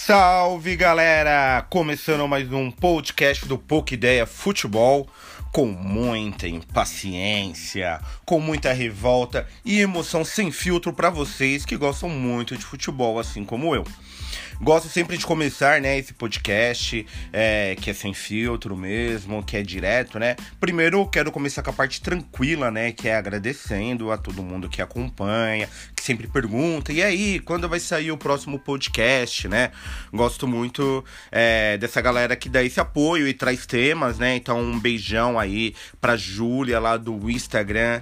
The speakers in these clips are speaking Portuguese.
Salve, galera! Começando mais um podcast do Pouca Ideia Futebol, com muita impaciência, com muita revolta e emoção sem filtro para vocês que gostam muito de futebol, assim como eu. Gosto sempre de começar, né, esse podcast, que é sem filtro mesmo, que é direto, né? Primeiro, eu quero começar com a parte tranquila, né, que é agradecendo a todo mundo que acompanha, que sempre pergunta, e aí, quando vai sair o próximo podcast, né? Gosto muito dessa galera que dá esse apoio e traz temas, né? Então, um beijão aí pra Júlia lá do Instagram,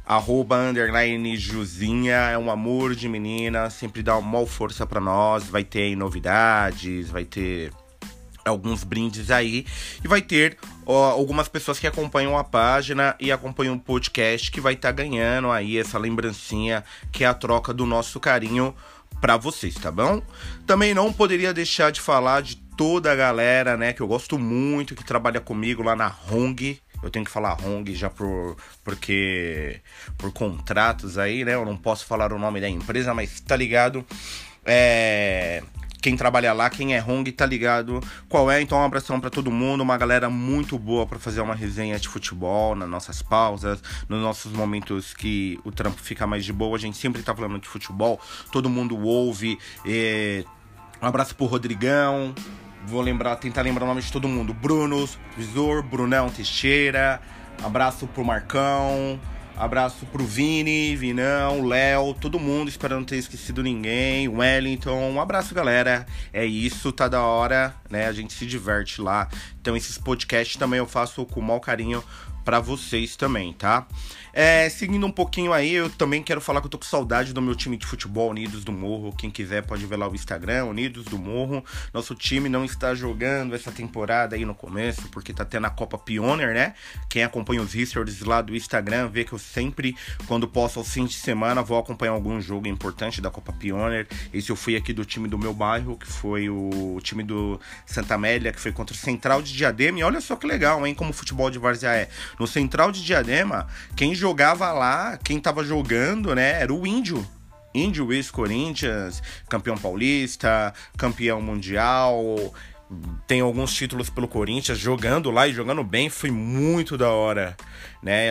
@_Juzinha, é um amor de menina, sempre dá uma maior força pra nós, vai ter aí novidades, vai ter alguns brindes aí, e vai ter algumas pessoas que acompanham a página e acompanham o podcast que vai estar ganhando aí essa lembrancinha, que é a troca do nosso carinho pra vocês, tá bom? Também não poderia deixar de falar de toda a galera, né, que eu gosto muito, que trabalha comigo lá na Hong. Eu tenho que falar Hong já porque por contratos aí, né? Eu não posso falar o nome da empresa, mas tá ligado? Quem trabalha lá, quem é Hong, tá ligado qual é. Então um abração pra todo mundo, uma galera muito boa pra fazer uma resenha de futebol nas nossas pausas, nos nossos momentos que o trampo fica mais de boa. A gente sempre tá falando de futebol, todo mundo ouve. Um abraço pro Rodrigão. Vou tentar lembrar o nome de todo mundo. Bruno, Visor, Brunão Teixeira. Abraço pro Marcão. Abraço pro Vini, Vinão, Léo, todo mundo, espero não ter esquecido ninguém. Wellington, um abraço, galera. É isso, tá da hora, né? A gente se diverte lá. Então esses podcasts também eu faço com o maior carinho pra vocês também, tá? Seguindo um pouquinho aí, eu também quero falar que eu tô com saudade do meu time de futebol, Unidos do Morro. Quem quiser pode ver lá o Instagram, Unidos do Morro. Nosso time não está jogando essa temporada aí no começo, porque tá tendo a Copa Pioneer, né? Quem acompanha os stories lá do Instagram vê que eu sempre, quando posso, aos fins de semana, vou acompanhar algum jogo importante da Copa Pioneer. Esse eu fui aqui do time do meu bairro, que foi o time do Santa Amélia, que foi contra o Central de Diadema. E olha só que legal, hein, como o futebol de várzea é. No Central de Diadema, quem jogava lá, quem tava jogando, né, era o Índio, ex-Corinthians, campeão paulista, campeão mundial, tem alguns títulos pelo Corinthians, jogando lá e jogando bem, foi muito da hora, né,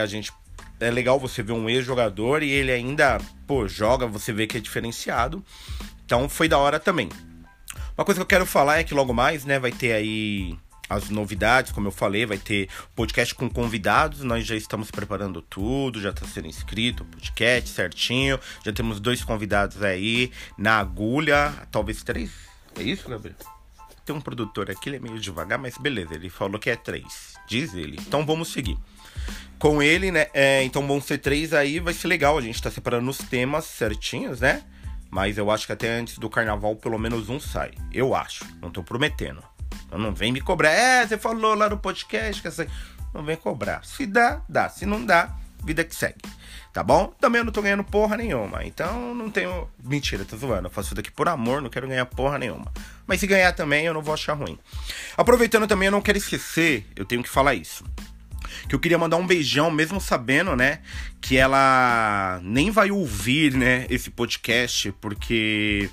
é legal você ver um ex-jogador e ele ainda, joga, você vê que é diferenciado, então foi da hora também. Uma coisa que eu quero falar é que logo mais, né, vai ter aí as novidades, como eu falei, vai ter podcast com convidados, nós já estamos preparando tudo, já está sendo inscrito o podcast certinho, já temos 2 convidados aí na agulha, talvez 3, é isso, Gabriel? Tem um produtor aqui, ele é meio devagar, mas beleza, ele falou que é 3, diz ele, então vamos seguir com ele, né, então vão ser 3 aí, vai ser legal, a gente tá separando os temas certinhos, né, mas eu acho que até antes do carnaval pelo menos um sai, eu acho, não tô prometendo. Então não vem me cobrar. Você falou lá no podcast que essa... Não vem cobrar. Se dá, dá. Se não dá, vida que segue. Tá bom? Também eu não tô ganhando porra nenhuma. Então não tenho... Mentira, tô zoando. Eu faço isso daqui por amor, não quero ganhar porra nenhuma. Mas se ganhar também, eu não vou achar ruim. Aproveitando também, eu não quero esquecer, eu tenho que falar isso, que eu queria mandar um beijão, mesmo sabendo, né, que ela nem vai ouvir, né, esse podcast, porque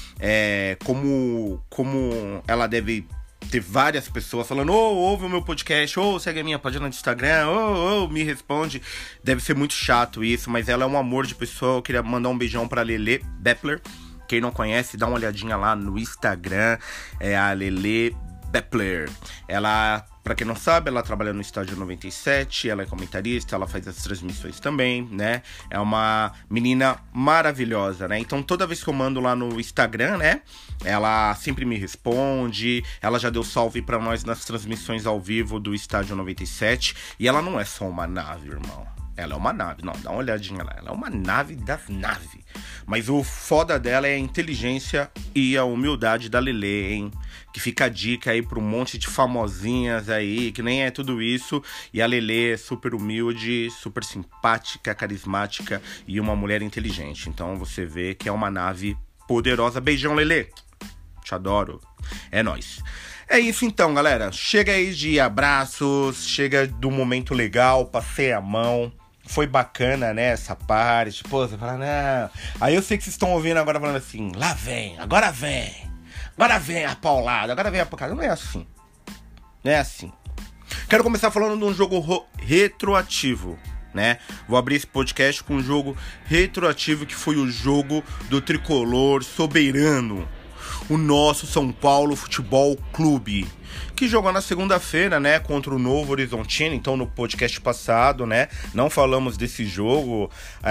como ela deve ter várias pessoas falando, ouve o meu podcast, segue a minha página do Instagram, me responde. Deve ser muito chato isso, mas ela é um amor de pessoa. Eu queria mandar um beijão pra Lele Bepler. Quem não conhece, dá uma olhadinha lá no Instagram, é a Lele Bepler. Ela, pra quem não sabe, ela trabalha no Estádio 97, ela é comentarista, ela faz as transmissões também, né? É uma menina maravilhosa, né? Então toda vez que eu mando lá no Instagram, né, ela sempre me responde, ela já deu salve pra nós nas transmissões ao vivo do Estádio 97, e ela não é só uma nave, irmão. Ela é uma nave, não, dá uma olhadinha lá. Ela é uma nave das naves. Mas o foda dela é a inteligência e a humildade da Lelê, hein? Que fica a dica aí pro monte de famosinhas aí, que nem é tudo isso. E a Lelê é super humilde, super simpática, carismática e uma mulher inteligente. Então você vê que é uma nave poderosa. Beijão, Lelê! Te adoro. É nóis. É isso então, galera. Chega aí de abraços, chega do momento legal, passei a mão. Foi bacana, né, essa parte. Pô, você fala, não. Aí eu sei que vocês estão ouvindo agora falando assim, lá vem, agora vem. Agora vem a paulada, agora vem a pancada. Não é assim. Não é assim. Quero começar falando de um jogo retroativo, né? Vou abrir esse podcast com um jogo retroativo que foi o jogo do tricolor soberano, o nosso São Paulo Futebol Clube, que jogou na segunda-feira, né, contra o Novo Horizontino. Então no podcast passado, né, não falamos desse jogo,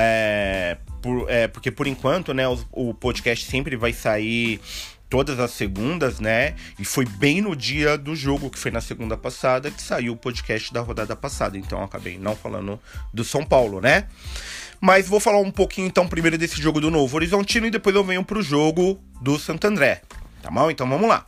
porque por enquanto, né, o podcast sempre vai sair todas as segundas, né? E foi bem no dia do jogo, que foi na segunda passada, que saiu o podcast da rodada passada. Então eu acabei não falando do São Paulo, né? Mas vou falar um pouquinho então primeiro desse jogo do Novo Horizontino e depois eu venho pro jogo do Santo André, tá bom? Então vamos lá.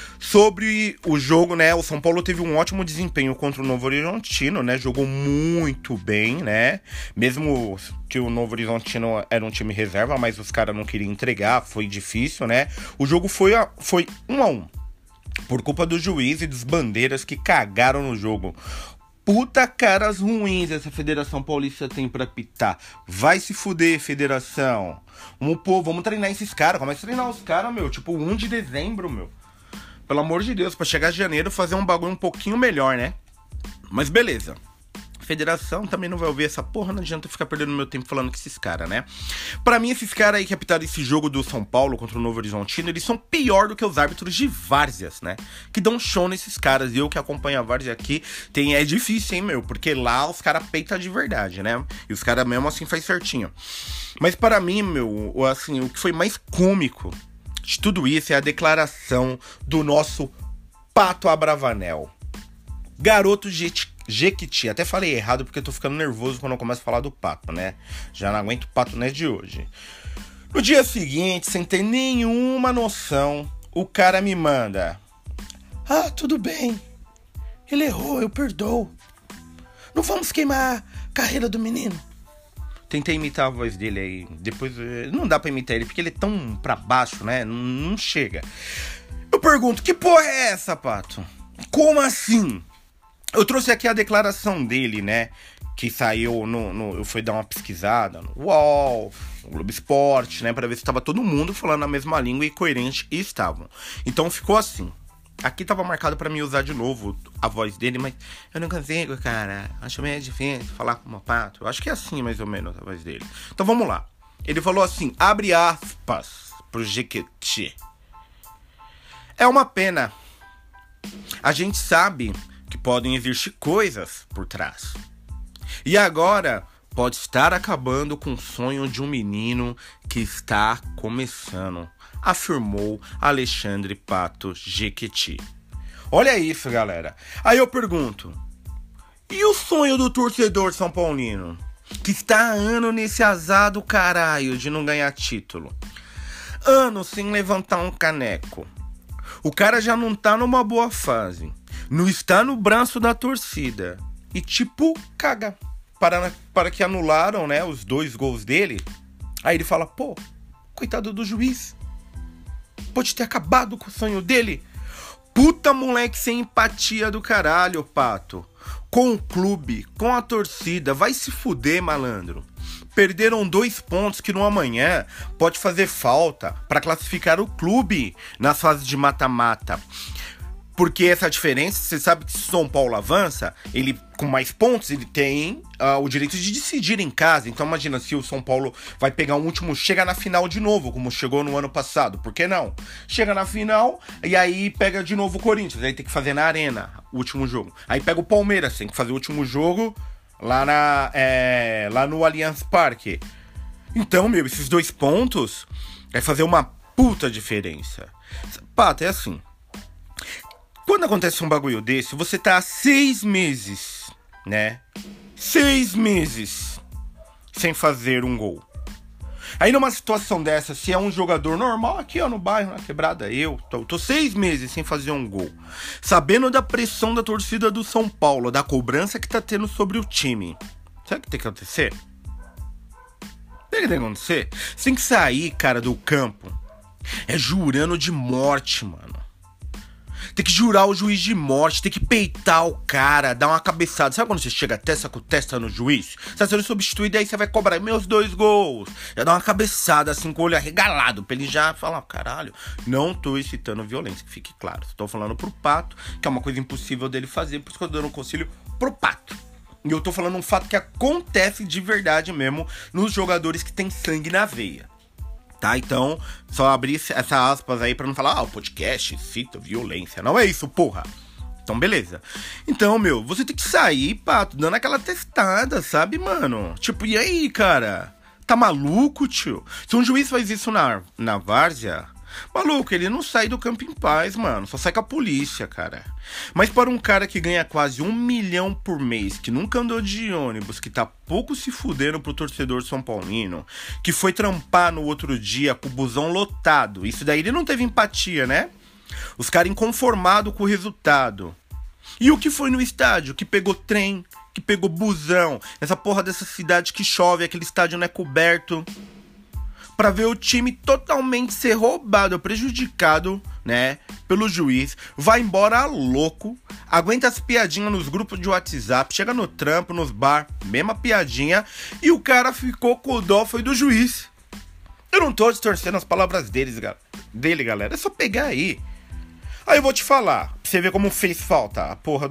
Sobre o jogo, né, o São Paulo teve um ótimo desempenho contra o Novo Horizontino, né, jogou muito bem, né, mesmo que o Novo Horizontino era um time reserva, mas os caras não queriam entregar, foi difícil, né, o jogo foi 1-1, por culpa do juiz e dos bandeiras que cagaram no jogo. Puta caras ruins essa Federação Paulista tem pra pitar. Vai se fuder, federação. Vamos treinar esses caras, começa a treinar os caras, meu, tipo 1 de dezembro, meu. Pelo amor de Deus, pra chegar em janeiro fazer um bagulho um pouquinho melhor, né? Mas beleza. Federação também não vai ouvir essa porra, não adianta ficar perdendo meu tempo falando com esses caras, né? Pra mim, esses caras aí que apitaram esse jogo do São Paulo contra o Novo Horizontino, eles são pior do que os árbitros de várzeas, né? Que dão show nesses caras. E eu que acompanho a várzea aqui, é difícil, hein, meu? Porque lá os caras peitam de verdade, né? E os caras mesmo assim faz certinho. Mas para mim, meu, assim, o que foi mais cômico de tudo isso é a declaração do nosso Pato Abravanel. Garoto Jequiti. Até falei errado porque eu tô ficando nervoso quando eu começo a falar do Pato, né? Já não aguento o Pato, né, de hoje. No dia seguinte, sem ter nenhuma noção, o cara me manda: ah, tudo bem. Ele errou, eu perdoo. Não vamos queimar a carreira do menino. Tentei imitar a voz dele aí. Depois não dá pra imitar ele porque ele é tão pra baixo, né? Não chega. Eu pergunto, que porra é essa, Pato? Como assim? Eu trouxe aqui a declaração dele, né? Que saiu eu fui dar uma pesquisada no UOL, no Globo Esporte, né? Pra ver se tava todo mundo falando a mesma língua e coerente, e estavam. Então ficou assim. Aqui tava marcado pra mim usar de novo a voz dele, mas eu não consigo, cara. Acho meio difícil falar com o Pato. Eu acho que é assim, mais ou menos, a voz dele. Então vamos lá. Ele falou assim, abre aspas pro Jequiti. É uma pena. A gente sabe que podem existir coisas por trás. E agora pode estar acabando com o sonho de um menino que está começando, afirmou Alexandre Pato Jequiti. Olha isso, galera. Aí eu pergunto, e o sonho do torcedor São Paulino, que está há anos nesse azar do caralho de não ganhar título? Anos sem levantar um caneco. O cara já não tá numa boa fase, não está no braço da torcida. E tipo, caga. Para que anularam, né, os 2 gols dele. Aí ele fala, pô, coitado do juiz. Pode ter acabado com o sonho dele. Puta moleque sem empatia do caralho, Pato. Com o clube, com a torcida, vai se fuder, malandro. Perderam 2 pontos que no amanhã pode fazer falta para classificar o clube nas fases de mata-mata. Porque essa diferença, você sabe que se o São Paulo avança, ele com mais pontos, ele tem o direito de decidir em casa. Então imagina se o São Paulo vai pegar um último, chega na final de novo, como chegou no ano passado. Por que não? Chega na final e aí pega de novo o Corinthians, aí tem que fazer na Arena o último jogo. Aí pega o Palmeiras, tem que fazer o último jogo lá no Allianz Parque. Então, meu, esses 2 pontos vai fazer uma puta diferença. Pato, é assim. Quando acontece um bagulho desse, você tá há 6 meses, né? 6 meses sem fazer um gol. Aí numa situação dessa, se é um jogador normal aqui, ó, no bairro, na quebrada, eu tô 6 meses sem fazer um gol. Sabendo da pressão da torcida do São Paulo, da cobrança que tá tendo sobre o time. Sabe o que tem que acontecer? Tem que acontecer? Você tem que sair, cara, do campo. É jurando de morte, mano. Tem que jurar o juiz de morte, tem que peitar o cara, dar uma cabeçada. Sabe quando você chega testa com testa no juiz? Você tá sendo substituído, aí você vai cobrar meus 2 gols. Já dá uma cabeçada assim com o olho arregalado, pra ele já falar, caralho, não tô excitando violência, que fique claro. Estou falando pro Pato, que é uma coisa impossível dele fazer, por isso que eu tô dando um conselho pro Pato. E eu tô falando um fato que acontece de verdade mesmo nos jogadores que tem sangue na veia. Tá? Então, só abrir essa aspas aí pra não falar, o podcast cita violência. Não é isso, porra. Então, beleza. Então, você tem que sair, Pato, dando aquela testada, sabe, mano? Tipo, e aí, cara? Tá maluco, tio? Se um juiz faz isso na várzea... Maluco, ele não sai do campo em paz, mano. Só sai com a polícia, cara. Mas para um cara que ganha quase 1 milhão por mês, que nunca andou de ônibus, que tá pouco se fudendo pro torcedor São Paulino, que foi trampar no outro dia com o busão lotado. Isso daí ele não teve empatia, né? Os caras inconformados com o resultado. E o que foi no estádio? Que pegou trem, que pegou busão. Nessa porra dessa cidade que chove, aquele estádio não é coberto. Pra ver o time totalmente ser roubado, prejudicado, né, pelo juiz, vai embora louco, aguenta as piadinhas nos grupos de WhatsApp, chega no trampo, nos bar, mesma piadinha, e o cara ficou com o dó, foi do juiz. Eu não tô distorcendo as palavras dele, galera, é só pegar aí. Aí eu vou te falar, pra você ver como fez falta a porra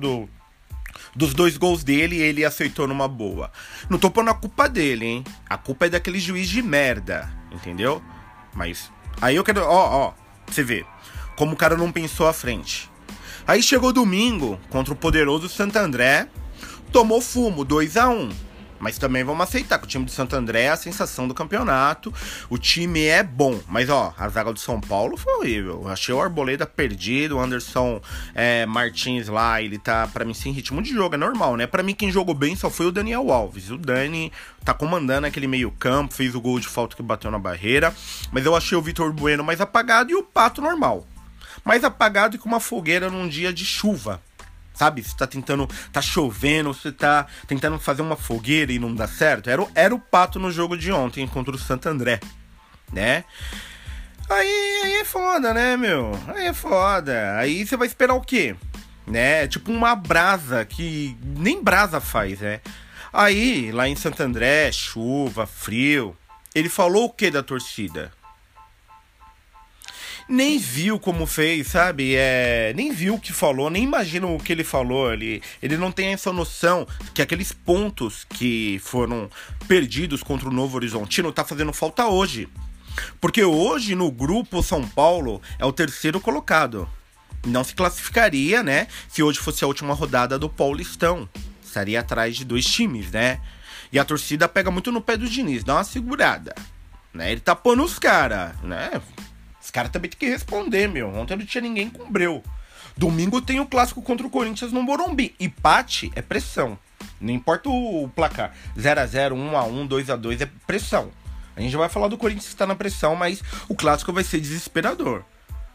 dos 2 gols dele, ele aceitou numa boa. Não tô pondo a culpa dele, hein? A culpa é daquele juiz de merda, entendeu? Mas aí eu quero, pra você ver como o cara não pensou à frente. Aí chegou domingo contra o poderoso Santo André, tomou fumo, 2-1. Mas também vamos aceitar que o time do Santo André é a sensação do campeonato. O time é bom, mas a zaga do São Paulo foi horrível. Eu achei o Arboleda perdido, o Anderson Martins lá, ele tá, pra mim, sem ritmo de jogo, é normal, né? Pra mim, quem jogou bem só foi o Daniel Alves. O Dani tá comandando aquele meio campo, fez o gol de falta que bateu na barreira. Mas eu achei o Vitor Bueno mais apagado e o Pato normal. Mais apagado e com uma fogueira num dia de chuva. Sabe, você tá chovendo, você tá tentando fazer uma fogueira e não dá certo. Era o Pato no jogo de ontem contra o Santo André, né? Aí é foda, né, meu? Aí é foda. Aí você vai esperar o quê? Né? Tipo uma brasa que nem brasa faz, né? Aí, lá em Santo André, chuva, frio. Ele falou o que da torcida? Nem viu como fez, sabe? Nem viu o que falou, nem imagina o que ele falou. Ele não tem essa noção que aqueles pontos que foram perdidos contra o Novo Horizontino tá fazendo falta hoje. Porque hoje no grupo o São Paulo é o 3º colocado. Não se classificaria, né? Se hoje fosse a última rodada do Paulistão. Estaria atrás de 2 times, né? E a torcida pega muito no pé do Diniz, dá uma segurada, né? Ele tá pondo os caras, né? Os caras também tem que responder, meu. Ontem não tinha ninguém com breu. Domingo tem o clássico contra o Corinthians no Morumbi. Empate é pressão. Não importa o placar. 0-0, 1-1, 2-2 é pressão. A gente já vai falar do Corinthians que tá na pressão, mas o clássico vai ser desesperador.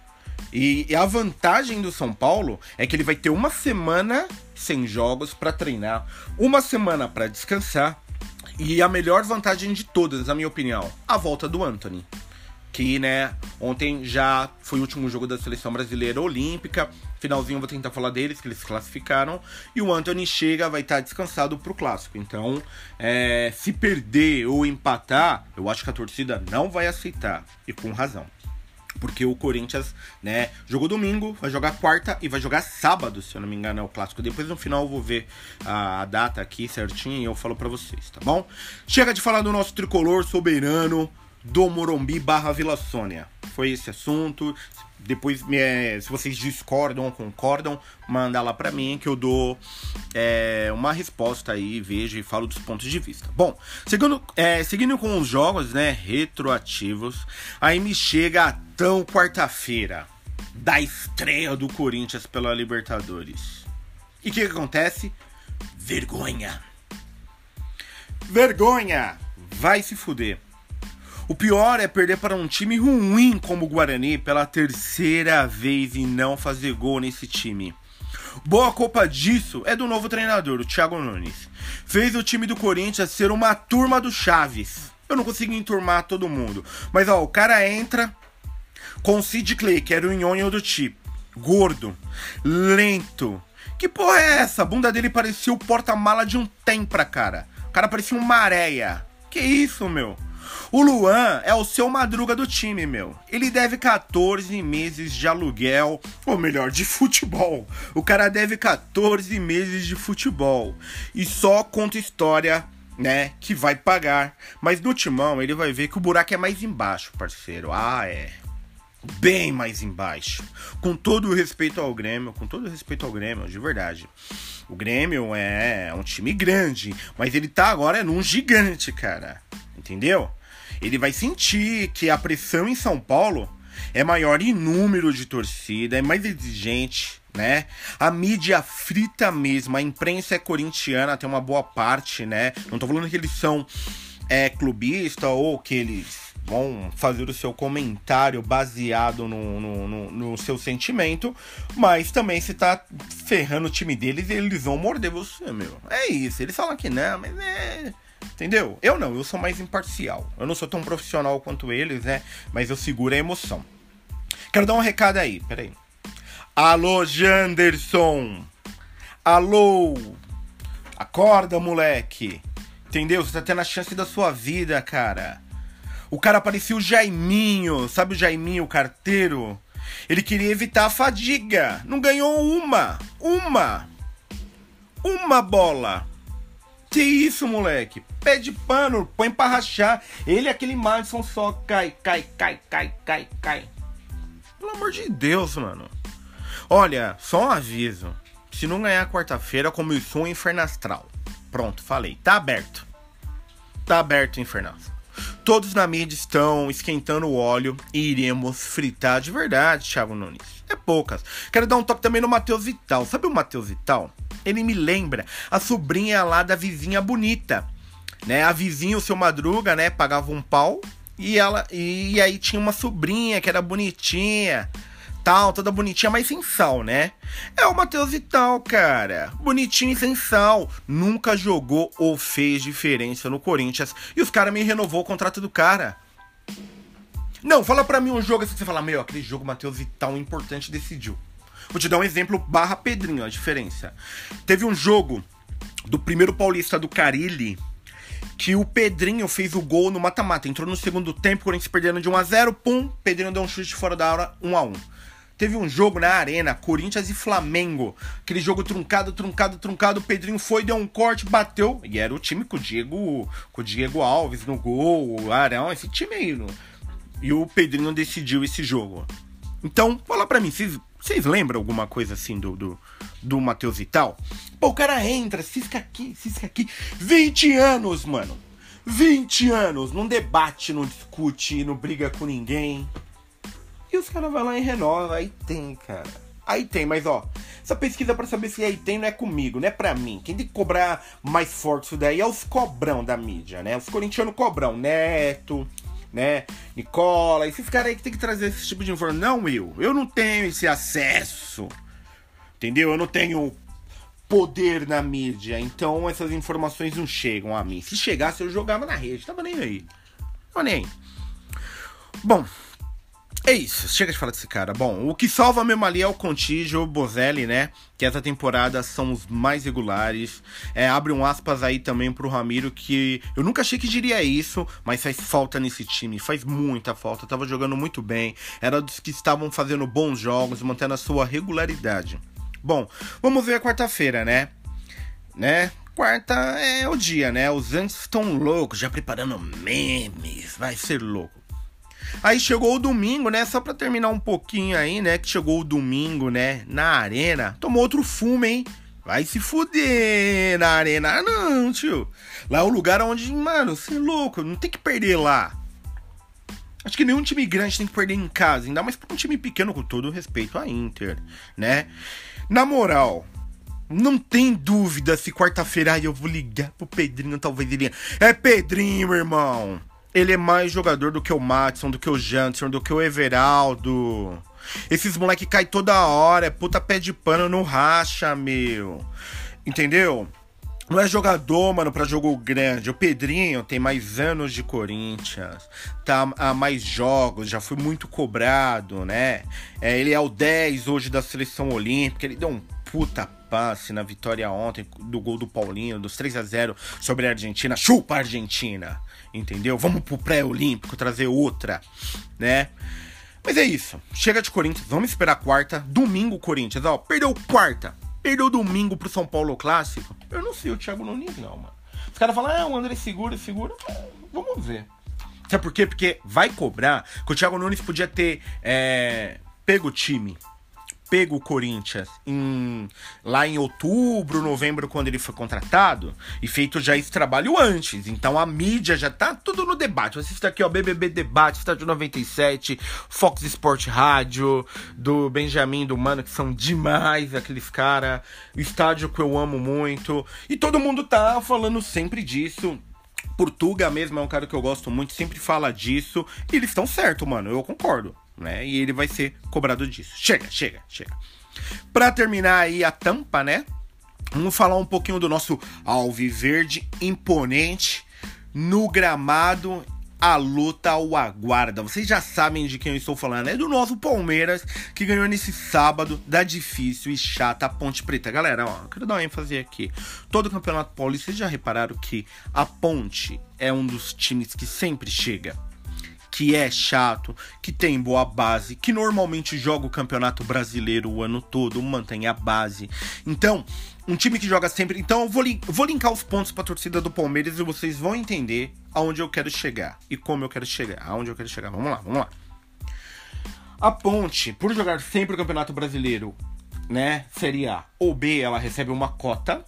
E a vantagem do São Paulo é que ele vai ter uma semana sem jogos pra treinar, uma semana pra descansar. E a melhor vantagem de todas, na minha opinião, a volta do Antony. Que, né, ontem já foi o último jogo da seleção brasileira olímpica. Finalzinho eu vou tentar falar deles, que eles se classificaram. E o Antony chega, vai estar descansado pro clássico. Então, se perder ou empatar, eu acho que a torcida não vai aceitar. E com razão. Porque o Corinthians, né, jogou domingo, vai jogar quarta e vai jogar sábado, se eu não me engano, é o clássico. Depois no final eu vou ver a data aqui certinho e eu falo pra vocês, tá bom? Chega de falar do nosso tricolor soberano do Morumbi / Vila Sônia. Foi esse assunto. Depois, se vocês discordam ou concordam, manda lá pra mim que eu dou uma resposta aí, vejo e falo dos pontos de vista. Bom, seguindo com os jogos, né, retroativos, aí me chega a tão quarta-feira da estreia do Corinthians pela Libertadores. E o que acontece? Vergonha. Vergonha! Vai se fuder. O pior é perder para um time ruim como o Guarani pela 3ª vez e não fazer gol nesse time. Boa culpa disso é do novo treinador, o Thiago Nunes. Fez o time do Corinthians ser uma turma do Chaves. Eu não consigo enturmar todo mundo. Mas o cara entra com o Sid Clay, que era o nhonho do time. gordo, lento. Que porra é essa? A bunda dele parecia o porta-mala de um Tempra, cara. O cara parecia uma areia. Que isso, meu? O Luan é o seu Madruga do time, meu. Ele deve 14 meses de aluguel, ou melhor, de futebol. O cara deve 14 meses de futebol. E só conta história, né, que vai pagar. Mas no Timão ele vai ver que o buraco é mais embaixo, parceiro. Ah, é. Bem mais embaixo. Com todo o respeito ao Grêmio, de verdade. O Grêmio é um time grande, mas ele tá agora num gigante, cara. Entendeu? Ele vai sentir que a pressão em São Paulo é maior em número de torcida, é mais exigente, né? A mídia frita mesmo, a imprensa é corintiana, tem uma boa parte, né? Não tô falando que eles são clubista ou que eles vão fazer o seu comentário baseado no seu sentimento, mas também se tá ferrando o time deles, eles vão morder você, meu. É isso, eles falam que não, mas entendeu? Eu sou mais imparcial. Eu não sou tão profissional quanto eles, né? Mas eu seguro a emoção. Quero dar um recado aí, peraí. Alô, Janderson! Alô! Acorda, moleque! Entendeu? Você tá tendo a chance da sua vida, cara. O cara parecia o Jaiminho, sabe o Jaiminho, o carteiro? Ele queria evitar a fadiga. Não ganhou uma bola. Que isso, moleque? Pé de pano, põe pra rachar. Ele e aquele Madison só cai. Pelo amor de Deus, mano. Olha, só um aviso. Se não ganhar quarta-feira, começou o Inferno Astral. Pronto, falei. Tá aberto. Tá aberto o Inferno Astral. Todos na mídia estão esquentando o óleo e iremos fritar de verdade, Thiago Nunes. É poucas. Quero dar um toque também no Matheus Vital. Sabe o Matheus Vital? Ele me lembra a sobrinha lá da vizinha bonita, né? A vizinha, o seu Madruga, né? Pagava um pau e aí tinha uma sobrinha que era bonitinha, tal, toda bonitinha, mas sem sal, né? É o Matheus Vital, cara. Bonitinho e sem sal. Nunca jogou ou fez diferença no Corinthians. E os caras me renovou o contrato do cara. Não, fala pra mim um jogo assim que você fala, meu, aquele jogo Matheus Vital importante decidiu. Vou te dar um exemplo barra Pedrinho, a diferença. Teve um jogo do primeiro paulista do Carille que o Pedrinho fez o gol no mata-mata. Entrou no segundo tempo, o Corinthians perdendo de 1-0, pum, Pedrinho deu um chute fora da área, 1-1. Teve um jogo na Arena, Corinthians e Flamengo. Aquele jogo truncado, o Pedrinho foi, deu um corte, bateu. E era o time com o Diego Alves no gol, o Arão, esse time aí. E o Pedrinho decidiu esse jogo. Então, fala pra mim, vocês lembram alguma coisa assim do Matheus Vital? Pô, o cara entra, cisca aqui. 20 anos, mano. 20 anos. Não debate, não discute, não briga com ninguém. E os caras vão lá e renovam. Aí tem, cara. Aí tem, mas ó, essa pesquisa pra saber se aí tem não é comigo, não é pra mim. Quem tem que cobrar mais forte isso daí é os cobrão da mídia, né? Os corintianos cobrão. Neto, né? Nicola, esses caras aí que tem que trazer esse tipo de informação. Não, eu não tenho esse acesso. Entendeu? Eu não tenho poder na mídia. Então essas informações não chegam a mim. Se chegasse, eu jogava na rede. Tava nem aí. Tava nem aí. Bom, é isso, chega de falar desse cara. Bom, o que salva mesmo ali é o Contígio, o Bozelli, né? Que essa temporada são os mais regulares. Abre um aspas aí também pro Ramiro, que eu nunca achei que diria isso, mas faz falta nesse time, faz muita falta. Tava jogando muito bem, era dos que estavam fazendo bons jogos, mantendo a sua regularidade. Bom, vamos ver a quarta-feira, né? Quarta é o dia, né? Os antes estão loucos, já preparando memes, vai ser louco. Aí chegou o domingo, né? Só pra terminar um pouquinho aí, né? Que chegou o domingo, né? Na Arena. Tomou outro fumo, hein? Vai se fuder na Arena. Ah, não, tio. Lá é o lugar onde, mano, você é louco. Não tem que perder lá. Acho que nenhum time grande tem que perder em casa. Ainda mais pra um time pequeno, com todo o respeito à Inter, né? Na moral, não tem dúvida se quarta-feira eu vou ligar pro Pedrinho, talvez ele... É Pedrinho, irmão. Ele é mais jogador do que o Madison, do que o Janderson, do que o Everaldo. Esses moleque caem toda hora, é puta pé de pano, não racha, meu. Entendeu? Não é jogador, mano, pra jogo grande. O Pedrinho tem mais anos de Corinthians, tá há mais jogos, já foi muito cobrado, né? Ele é o 10 hoje da seleção olímpica, ele deu um puta passe na vitória ontem do gol do Paulinho, dos 3-0 sobre a Argentina. Chupa a Argentina, entendeu? Vamos pro pré-olímpico trazer outra, né? Mas é isso, chega de Corinthians, vamos esperar quarta. Domingo, Corinthians, ó, perdeu quarta. Perdeu domingo pro São Paulo Clássico. Eu não sei o Thiago Nunes não, mano. Os caras falam, o André segura. Vamos ver. Sabe por quê? Porque vai cobrar que o Thiago Nunes podia ter pego o time, pego o Corinthians lá em outubro, novembro, quando ele foi contratado, e feito já esse trabalho antes. Então a mídia já tá tudo no debate. Assista aqui, ó, BBB Debate, Estádio 97, Fox Sport Rádio, do Benjamin, do Mano, que são demais aqueles caras, o estádio que eu amo muito, e todo mundo tá falando sempre disso. Portuga mesmo é um cara que eu gosto muito, sempre fala disso, e eles estão certo, mano, eu concordo, né? E ele vai ser cobrado disso. Chega. Pra terminar aí a tampa, né? Vamos falar um pouquinho do nosso Alviverde imponente no gramado. A luta o aguarda. Vocês já sabem de quem eu estou falando. É do nosso Palmeiras, que ganhou nesse sábado da difícil e chata Ponte Preta. Galera, ó, eu quero dar uma ênfase aqui. Todo o Campeonato Paulista, vocês já repararam que a Ponte é um dos times que sempre chega, que é chato, que tem boa base, que normalmente joga o Campeonato Brasileiro o ano todo, mantém a base. Então, um time que joga sempre... Então, eu vou linkar os pontos pra torcida do Palmeiras e vocês vão entender aonde eu quero chegar e como eu quero chegar. Aonde eu quero chegar. Vamos lá. A Ponte, por jogar sempre o Campeonato Brasileiro, né, Série A ou B, ela recebe uma cota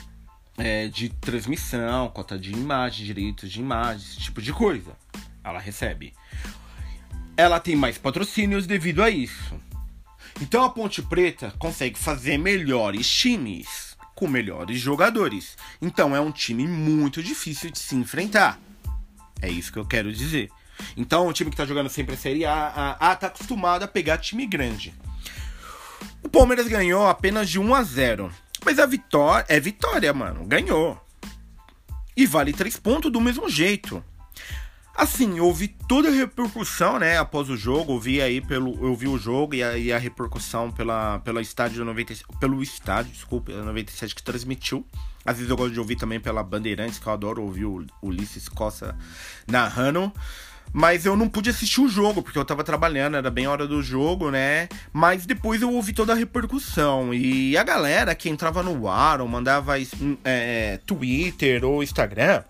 de transmissão, cota de imagem, direitos de imagem, esse tipo de coisa. Ela recebe. Ela tem mais patrocínios devido a isso. Então a Ponte Preta consegue fazer melhores times com melhores jogadores. Então é um time muito difícil de se enfrentar. É isso que eu quero dizer. Então o time que tá jogando sempre a Série A tá acostumado a pegar time grande. O Palmeiras ganhou apenas de 1-0. Mas a vitória é vitória, mano. Ganhou. E vale 3 pontos do mesmo jeito. Assim, eu vi toda a repercussão, né, após o jogo, eu vi o jogo e a repercussão pelo estádio 97 que transmitiu. Às vezes eu gosto de ouvir também pela Bandeirantes, que eu adoro ouvir o Ulisses Costa narrando. Mas eu não pude assistir o jogo, porque eu tava trabalhando, era bem a hora do jogo, né? Mas depois eu ouvi toda a repercussão. E a galera que entrava no ar ou mandava Twitter ou Instagram...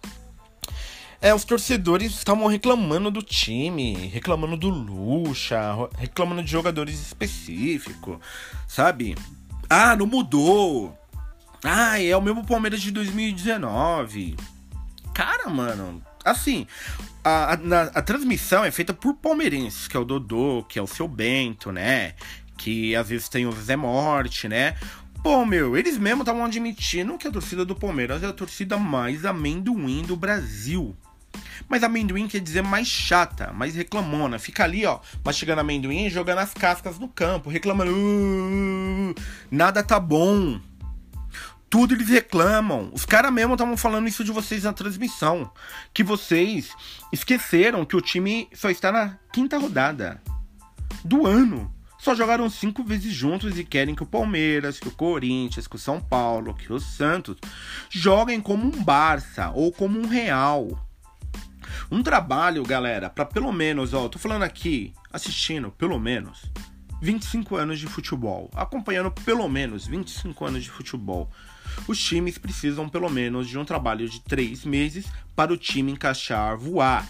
os torcedores estavam reclamando do time, reclamando do Lucha, reclamando de jogadores específicos, sabe? Não mudou. É o mesmo Palmeiras de 2019. Cara, mano, assim, a transmissão é feita por palmeirenses, que é o Dodô, que é o Seu Bento, né? Que às vezes tem o Zé Morte, né? Pô, eles mesmos estavam admitindo que a torcida do Palmeiras é a torcida mais amendoim do Brasil. Mas amendoim quer dizer mais chata, mais reclamona. Fica ali, ó, mastigando amendoim e jogando as cascas no campo, reclamando. Nada tá bom. Tudo eles reclamam. Os caras mesmo estavam falando isso de vocês na transmissão. Que vocês esqueceram que o time só está na 5ª rodada do ano. Só jogaram 5 vezes juntos e querem que o Palmeiras, que o Corinthians, que o São Paulo, que o Santos joguem como um Barça ou como um Real. Um trabalho, galera, pra pelo menos, tô falando aqui, assistindo pelo menos 25 anos de futebol, acompanhando pelo menos 25 anos de futebol. Os times precisam pelo menos de um trabalho de 3 meses para o time encaixar, voar.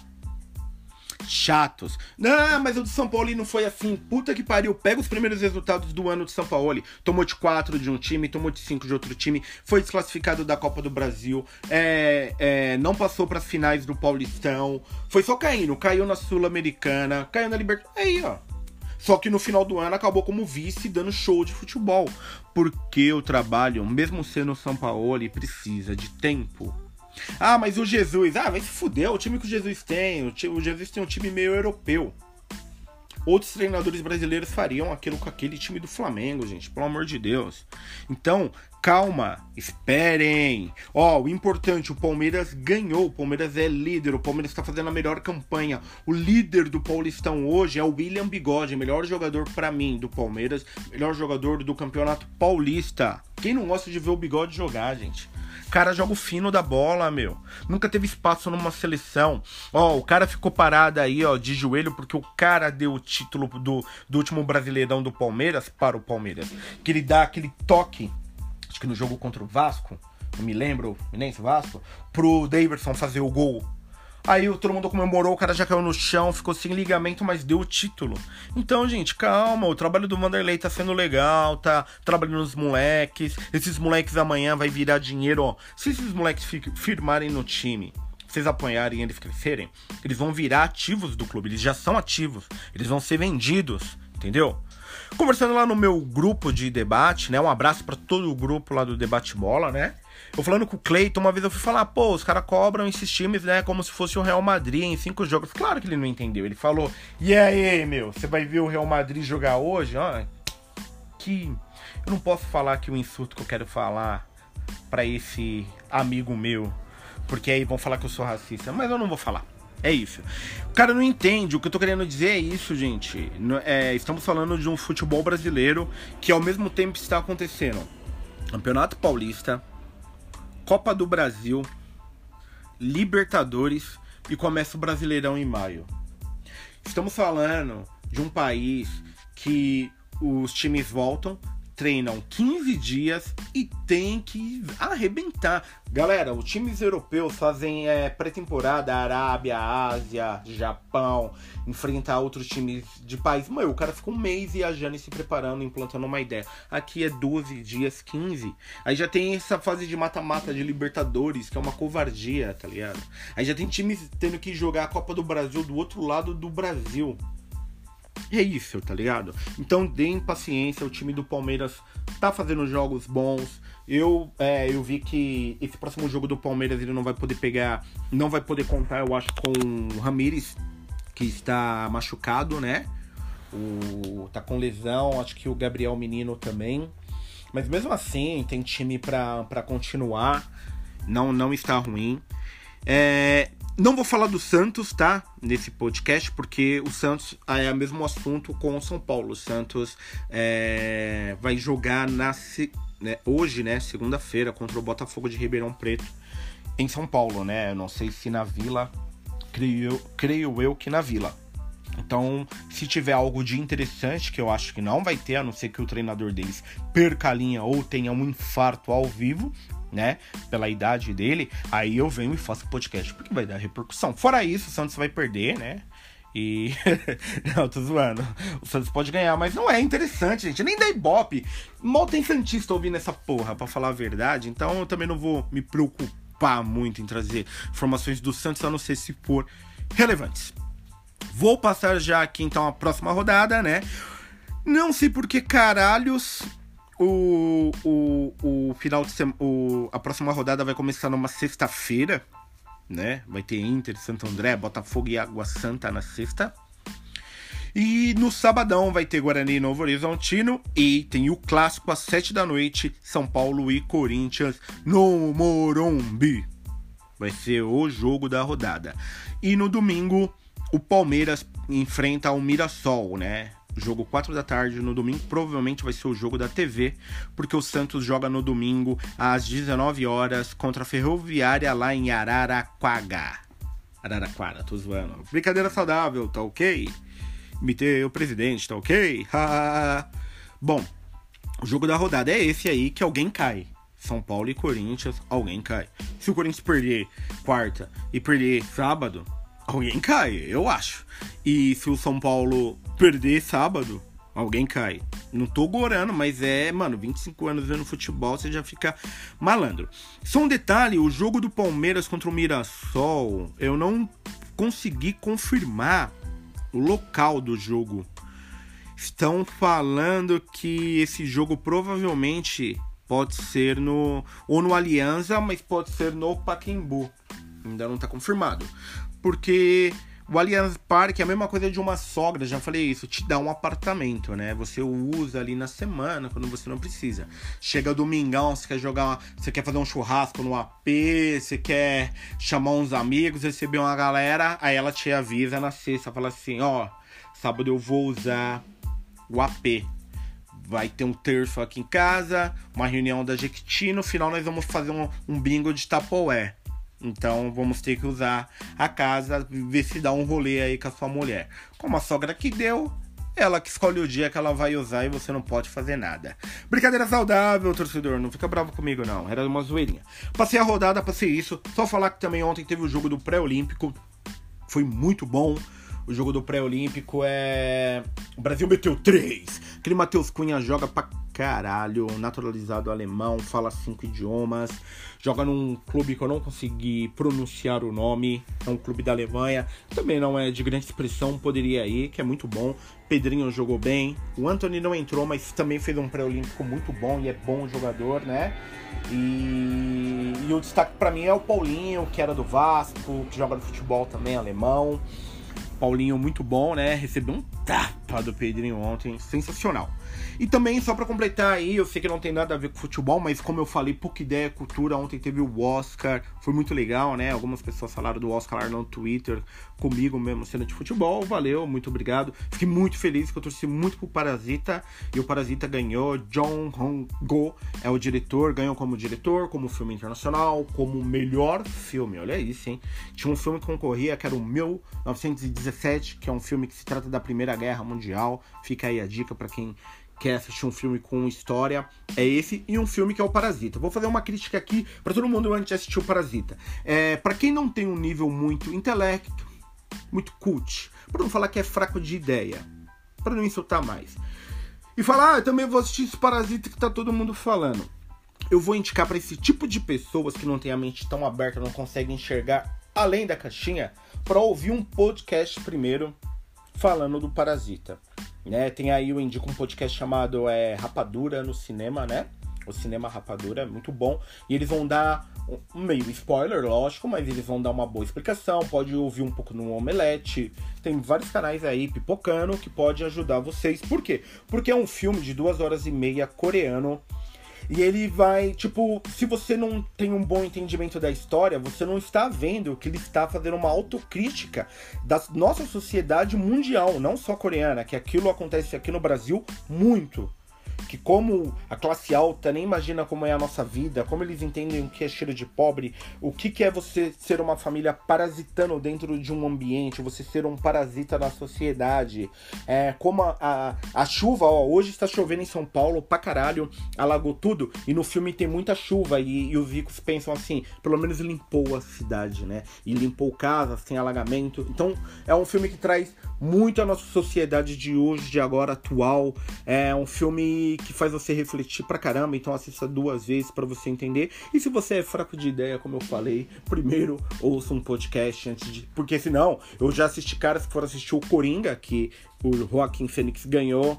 Chatos. Não, mas o do São Paulo não foi assim. Puta que pariu. Pega os primeiros resultados do ano do São Paulo. Tomou de 4 de um time, tomou de 5 de outro time. Foi desclassificado da Copa do Brasil. Não passou para as finais do Paulistão. Foi só caindo. Caiu na Sul-Americana. Caiu na Libertadores. Aí, ó. Só que no final do ano acabou como vice dando show de futebol. Porque o trabalho, mesmo sendo o São Paulo, precisa de tempo. Mas o Jesus, vai se fuder, o time que o Jesus tem, o Jesus tem um time meio europeu. Outros treinadores brasileiros fariam aquilo com aquele time do Flamengo, gente, pelo amor de Deus. Então, calma, esperem. O importante, o Palmeiras ganhou, o Palmeiras é líder, o Palmeiras está fazendo a melhor campanha. O líder do Paulistão hoje é o William Bigode, melhor jogador pra mim do Palmeiras, melhor jogador do Campeonato Paulista. Quem não gosta de ver o Bigode jogar, gente? Cara joga o fino da bola, meu. Nunca teve espaço numa seleção. O cara ficou parado aí, de joelho, porque o cara deu o título do último Brasileirão do Palmeiras para o Palmeiras. Que ele dá aquele toque, acho que no jogo contra o Vasco, não me lembro, Fluminense, Vasco, pro Daverson fazer o gol. Aí todo mundo comemorou, o cara já caiu no chão, ficou sem ligamento, mas deu o título. Então, gente, calma, o trabalho do Vanderlei tá sendo legal, tá trabalhando nos moleques. Esses moleques amanhã vai virar dinheiro, Se esses moleques firmarem no time, vocês apoiarem eles crescerem, eles vão virar ativos do clube, eles já são ativos, eles vão ser vendidos, entendeu? Conversando lá no meu grupo de debate, né? Um abraço pra todo o grupo lá do Debate Bola, né? Eu falando com o Cleiton, uma vez eu fui falar, os caras cobram esses times, né, como se fosse o Real Madrid em 5 jogos. Claro que ele não entendeu. Ele falou, e aí, meu, você vai ver o Real Madrid jogar hoje? Que eu não posso falar aqui o insulto que eu quero falar pra esse amigo meu, porque aí vão falar que eu sou racista, mas eu não vou falar. É isso. O cara não entende. O que eu tô querendo dizer é isso, gente. Estamos falando de um futebol brasileiro que ao mesmo tempo está acontecendo Campeonato Paulista, Copa do Brasil, Libertadores e começa o Brasileirão em maio. Estamos falando de um país que os times voltam, treinam 15 dias e tem que arrebentar. Galera, os times europeus fazem pré-temporada, Arábia, Ásia, Japão, enfrentar outros times de país. O cara fica um mês viajando e se preparando, implantando uma ideia. Aqui é 12 dias, 15. Aí já tem essa fase de mata-mata de Libertadores, que é uma covardia, tá ligado? Aí já tem times tendo que jogar a Copa do Brasil do outro lado do Brasil. É isso, tá ligado? Então deem paciência, o time do Palmeiras tá fazendo jogos bons. Eu vi que esse próximo jogo do Palmeiras ele não vai poder contar, eu acho, com o Ramires, que está machucado, né? Tá com lesão, acho que o Gabriel Menino também. Mas mesmo assim, tem time pra continuar, não está ruim. Não vou falar do Santos, tá? Nesse podcast, porque o Santos é o mesmo assunto com o São Paulo. O Santos vai jogar hoje, né? Segunda-feira, contra o Botafogo de Ribeirão Preto, em São Paulo, né? Eu não sei se na Vila, creio eu que na Vila. Então, se tiver algo de interessante, que eu acho que não vai ter, a não ser que o treinador deles perca a linha ou tenha um infarto ao vivo, né, pela idade dele, aí eu venho e faço podcast, porque vai dar repercussão. Fora isso, o Santos vai perder, né, e... não, tô zoando. O Santos pode ganhar, mas não é interessante, gente, nem dá ibope. Mal tem santista ouvindo essa porra, pra falar a verdade, então eu também não vou me preocupar muito em trazer informações do Santos, a não ser se for relevantes. Vou passar já aqui, então, a próxima rodada, né, não sei por que caralhos... O final de semana, a próxima rodada vai começar numa sexta-feira, né? Vai ter Inter, Santo André, Botafogo e Água Santa na sexta. E no sabadão vai ter Guarani e Novo Horizontino. E tem o clássico às 7 da noite, São Paulo e Corinthians no Morumbi. Vai ser o jogo da rodada. E no domingo, o Palmeiras enfrenta o Mirassol, né? Jogo 4 da tarde no domingo, provavelmente vai ser o jogo da TV, porque o Santos joga no domingo às 19 horas contra a Ferroviária lá em Araraquara, tô zoando. Brincadeira saudável, tá ok? Imitei o presidente, tá ok? Bom, o jogo da rodada é esse aí, que alguém cai. São Paulo e Corinthians, alguém cai. Se o Corinthians perder quarta e perder sábado, alguém cai, eu acho. E se o São Paulo perder sábado, alguém cai. Não tô gorando, mas 25 anos vendo futebol, você já fica malandro. Só um detalhe, o jogo do Palmeiras contra o Mirassol, eu não consegui confirmar o local do jogo. Estão falando que esse jogo provavelmente pode ser no Alianza, mas pode ser no Pacaembu. Ainda não tá confirmado. Porque O Allianz Parque é a mesma coisa de uma sogra, já falei isso, te dá um apartamento, né? Você usa ali na semana, quando você não precisa. Chega domingão, você quer jogar, você quer fazer um churrasco no AP, você quer chamar uns amigos, receber uma galera, aí ela te avisa na sexta, fala assim, ó, sábado eu vou usar o AP. Vai ter um terço aqui em casa, uma reunião da Jequiti, no final nós vamos fazer um bingo de Tupperware. Então vamos ter que usar a casa, ver se dá um rolê aí com a sua mulher. Como a sogra que deu, ela que escolhe o dia que ela vai usar e você não pode fazer nada. Brincadeira saudável, torcedor, não fica bravo comigo não, era uma zoeirinha. Passei a rodada, passei isso, só falar que também ontem teve o jogo do pré-olímpico, foi muito bom. O jogo do pré-olímpico o Brasil meteu 3. Aquele Matheus Cunha joga pra caralho, naturalizado alemão, fala 5 idiomas, joga num clube que eu não consegui pronunciar o nome, é um clube da Alemanha, também não é de grande expressão, poderia ir, que é muito bom. Pedrinho jogou bem, o Antony não entrou, mas também fez um pré-olímpico muito bom e é bom jogador, né? E o destaque pra mim é o Paulinho, que era do Vasco, que joga no futebol também, alemão. Paulinho muito bom, né? Recebeu um tapa do Pedrinho ontem, sensacional. E também, só pra completar aí, eu sei que não tem nada a ver com futebol, mas como eu falei, pouca ideia, cultura, ontem teve o Oscar, foi muito legal, né? Algumas pessoas falaram do Oscar lá no Twitter, comigo mesmo, cena de futebol, valeu, muito obrigado. Fiquei muito feliz, que eu torci muito pro Parasita, e o Parasita ganhou. Jong Hong-go é o diretor, ganhou como diretor, como filme internacional, como melhor filme, olha isso, hein? Tinha um filme que concorria, que era o 1917, que é um filme que se trata da Primeira Guerra Mundial, fica aí a dica pra quem quer assistir um filme com história, é esse, e um filme que é o Parasita. Vou fazer uma crítica aqui pra todo mundo antes de assistir o Parasita. Pra quem não tem um nível muito intelecto, muito cult, pra não falar que é fraco de ideia, pra não insultar mais, e falar, eu também vou assistir esse Parasita que tá todo mundo falando, eu vou indicar pra esse tipo de pessoas que não tem a mente tão aberta, não conseguem enxergar além da caixinha, pra ouvir um podcast primeiro falando do Parasita. Né? Tem aí, eu indico um podcast chamado Rapadura no Cinema, né? O Cinema Rapadura, muito bom. E eles vão dar um meio spoiler, lógico, mas eles vão dar uma boa explicação. Pode ouvir um pouco no Omelete. Tem vários canais aí pipocando que pode ajudar vocês. Por quê? Porque é um filme de 2h30 coreano. E ele vai, tipo, se você não tem um bom entendimento da história, você não está vendo que ele está fazendo uma autocrítica da nossa sociedade mundial, não só coreana, que aquilo acontece aqui no Brasil muito. Que como a classe alta nem imagina como é a nossa vida, como eles entendem o que é cheiro de pobre, o que é você ser uma família parasitando dentro de um ambiente, você ser um parasita na sociedade. Como a chuva, hoje está chovendo em São Paulo pra caralho, alagou tudo, e no filme tem muita chuva, e os ricos pensam assim, pelo menos limpou a cidade, né? E limpou casas, tem alagamento. Então é um filme que traz muito a nossa sociedade de hoje, de agora, atual. É um filme que faz você refletir pra caramba, então assista 2 vezes pra você entender. E se você é fraco de ideia, como eu falei, primeiro ouça um podcast antes de... Porque senão, eu já assisti caras que foram assistir o Coringa, que o Joaquin Phoenix ganhou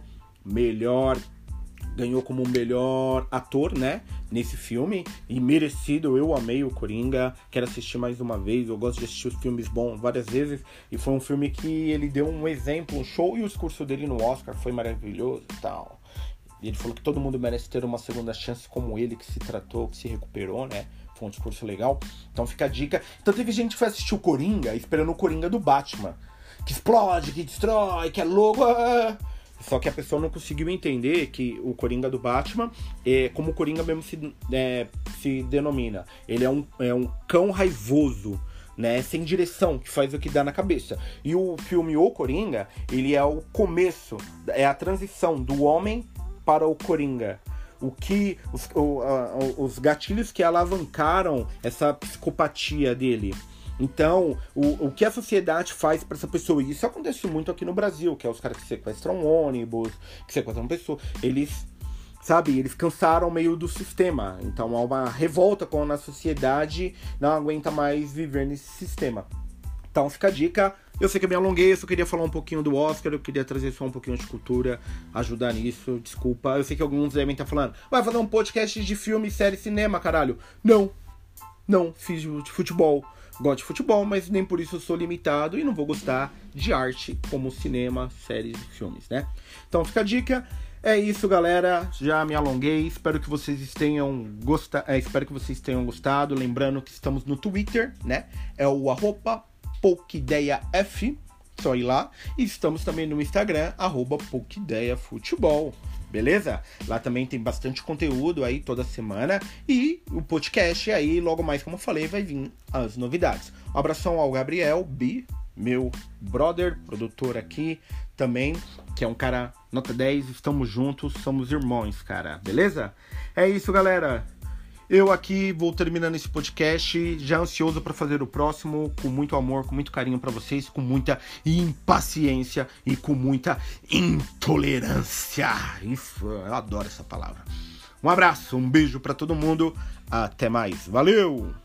como o melhor ator, né, nesse filme, e merecido. Eu amei o Coringa, quero assistir mais uma vez, eu gosto de assistir os filmes bons várias vezes, e foi um filme que ele deu um exemplo, um show, e o discurso dele no Oscar foi maravilhoso e tal. E ele falou que todo mundo merece ter uma segunda chance como ele, que se tratou, que se recuperou, né? Foi um discurso legal. Então fica a dica. Então teve gente que foi assistir o Coringa esperando o Coringa do Batman, que explode, que destrói, que é louco. Só que a pessoa não conseguiu entender que o Coringa do Batman, como o Coringa mesmo se denomina, ele é um cão raivoso, né, sem direção, que faz o que dá na cabeça. E o filme O Coringa, ele é o começo, é a transição do homem para o Coringa. Os gatilhos que alavancaram essa psicopatia dele. Então, o que a sociedade faz para essa pessoa, e isso acontece muito aqui no Brasil, que é os caras que sequestram ônibus, que sequestram pessoas, eles cansaram meio do sistema, então há uma revolta quando a sociedade não aguenta mais viver nesse sistema. Então fica a dica. Eu sei que eu me alonguei, eu só queria falar um pouquinho do Oscar, eu queria trazer só um pouquinho de cultura, ajudar nisso, desculpa. Eu sei que alguns devem estar falando, vai fazer um podcast de filme, série, cinema, caralho. Não, fiz de futebol. gosto de futebol, mas nem por isso eu sou limitado e não vou gostar de arte como cinema, séries e filmes, né? Então fica a dica. É isso, galera. Já me alonguei. Espero que vocês tenham gostado. Lembrando que estamos no Twitter, né? É o @PouquIdeiaF. Só ir lá. E estamos também no Instagram, @PouquIdeiaFutebol. Beleza? Lá também tem bastante conteúdo aí toda semana. E o podcast aí, logo mais, como eu falei, vai vir as novidades. Um abração ao Gabriel B, meu brother, produtor aqui também, que é um cara nota 10, estamos juntos, somos irmãos, cara, beleza? É isso, galera. Eu aqui vou terminando esse podcast, já ansioso para fazer o próximo, com muito amor, com muito carinho para vocês, com muita impaciência e com muita intolerância. Isso, eu adoro essa palavra. Um abraço, um beijo para todo mundo, até mais, valeu!